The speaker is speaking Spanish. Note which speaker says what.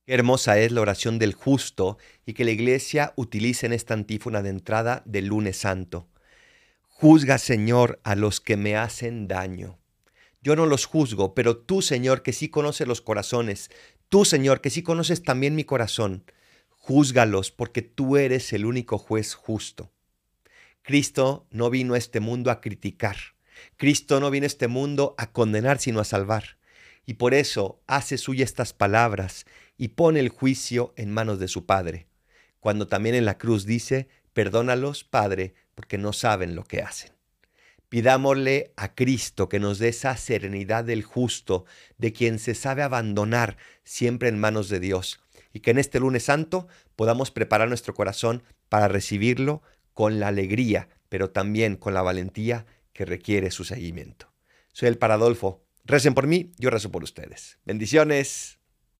Speaker 1: Qué hermosa es la oración del justo y que la iglesia utilice en esta antífona de entrada del lunes santo. Juzga, Señor, a los que me hacen daño. Yo no los juzgo, pero tú, Señor, que sí conoces los corazones, tú, Señor, que sí conoces también mi corazón, júzgalos porque tú eres el único juez justo. Cristo no vino a este mundo a criticar. Cristo no vino a este mundo a condenar, sino a salvar. Y por eso hace suya estas palabras y pone el juicio en manos de su Padre, cuando también en la cruz dice, perdónalos, Padre, porque no saben lo que hacen. Pidámosle a Cristo que nos dé esa serenidad del justo, de quien se sabe abandonar siempre en manos de Dios, y que en este lunes santo podamos preparar nuestro corazón para recibirlo con la alegría, pero también con la valentía que requiere su seguimiento. Soy el Paradolfo. Recen por mí, yo rezo por ustedes. Bendiciones.